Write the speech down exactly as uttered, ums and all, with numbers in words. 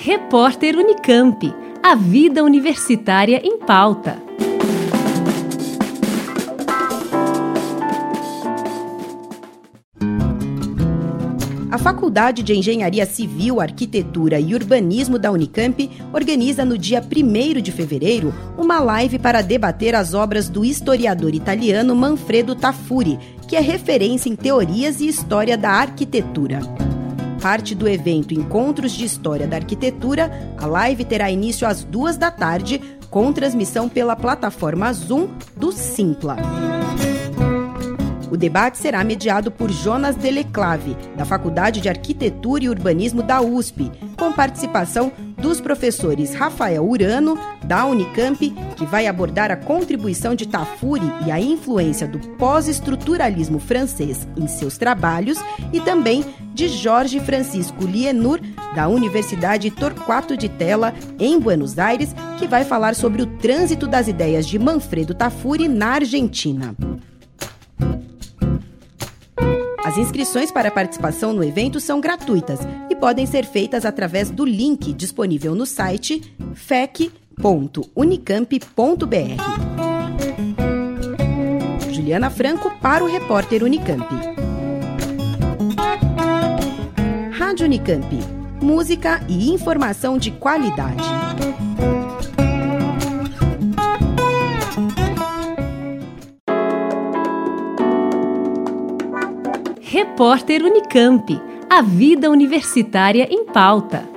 Repórter Unicamp. A vida universitária em pauta. A Faculdade de Engenharia Civil, Arquitetura e Urbanismo da Unicamp organiza no dia primeiro de fevereiro uma live para debater as obras do historiador italiano Manfredo Tafuri, que é referência em teorias e história da arquitetura. Parte do evento Encontros de História da Arquitetura, a live terá início às duas da tarde, com transmissão pela plataforma Zoom do Simpla. O debate será mediado por Jonas Deleclave, da Faculdade de Arquitetura e Urbanismo da U S P, com participação dos professores Rafael Urano, da Unicamp, que vai abordar a contribuição de Tafuri e a influência do pós-estruturalismo francês em seus trabalhos, e também de Jorge Francisco Lienur, da Universidade Torquato di Tella, em Buenos Aires, que vai falar sobre o trânsito das ideias de Manfredo Tafuri na Argentina. As inscrições para participação no evento são gratuitas e podem ser feitas através do link disponível no site f e c ponto unicamp ponto b r. Juliana Franco para o Repórter Unicamp. Rádio Unicamp. Música e informação de qualidade. Repórter Unicamp. A vida universitária em pauta.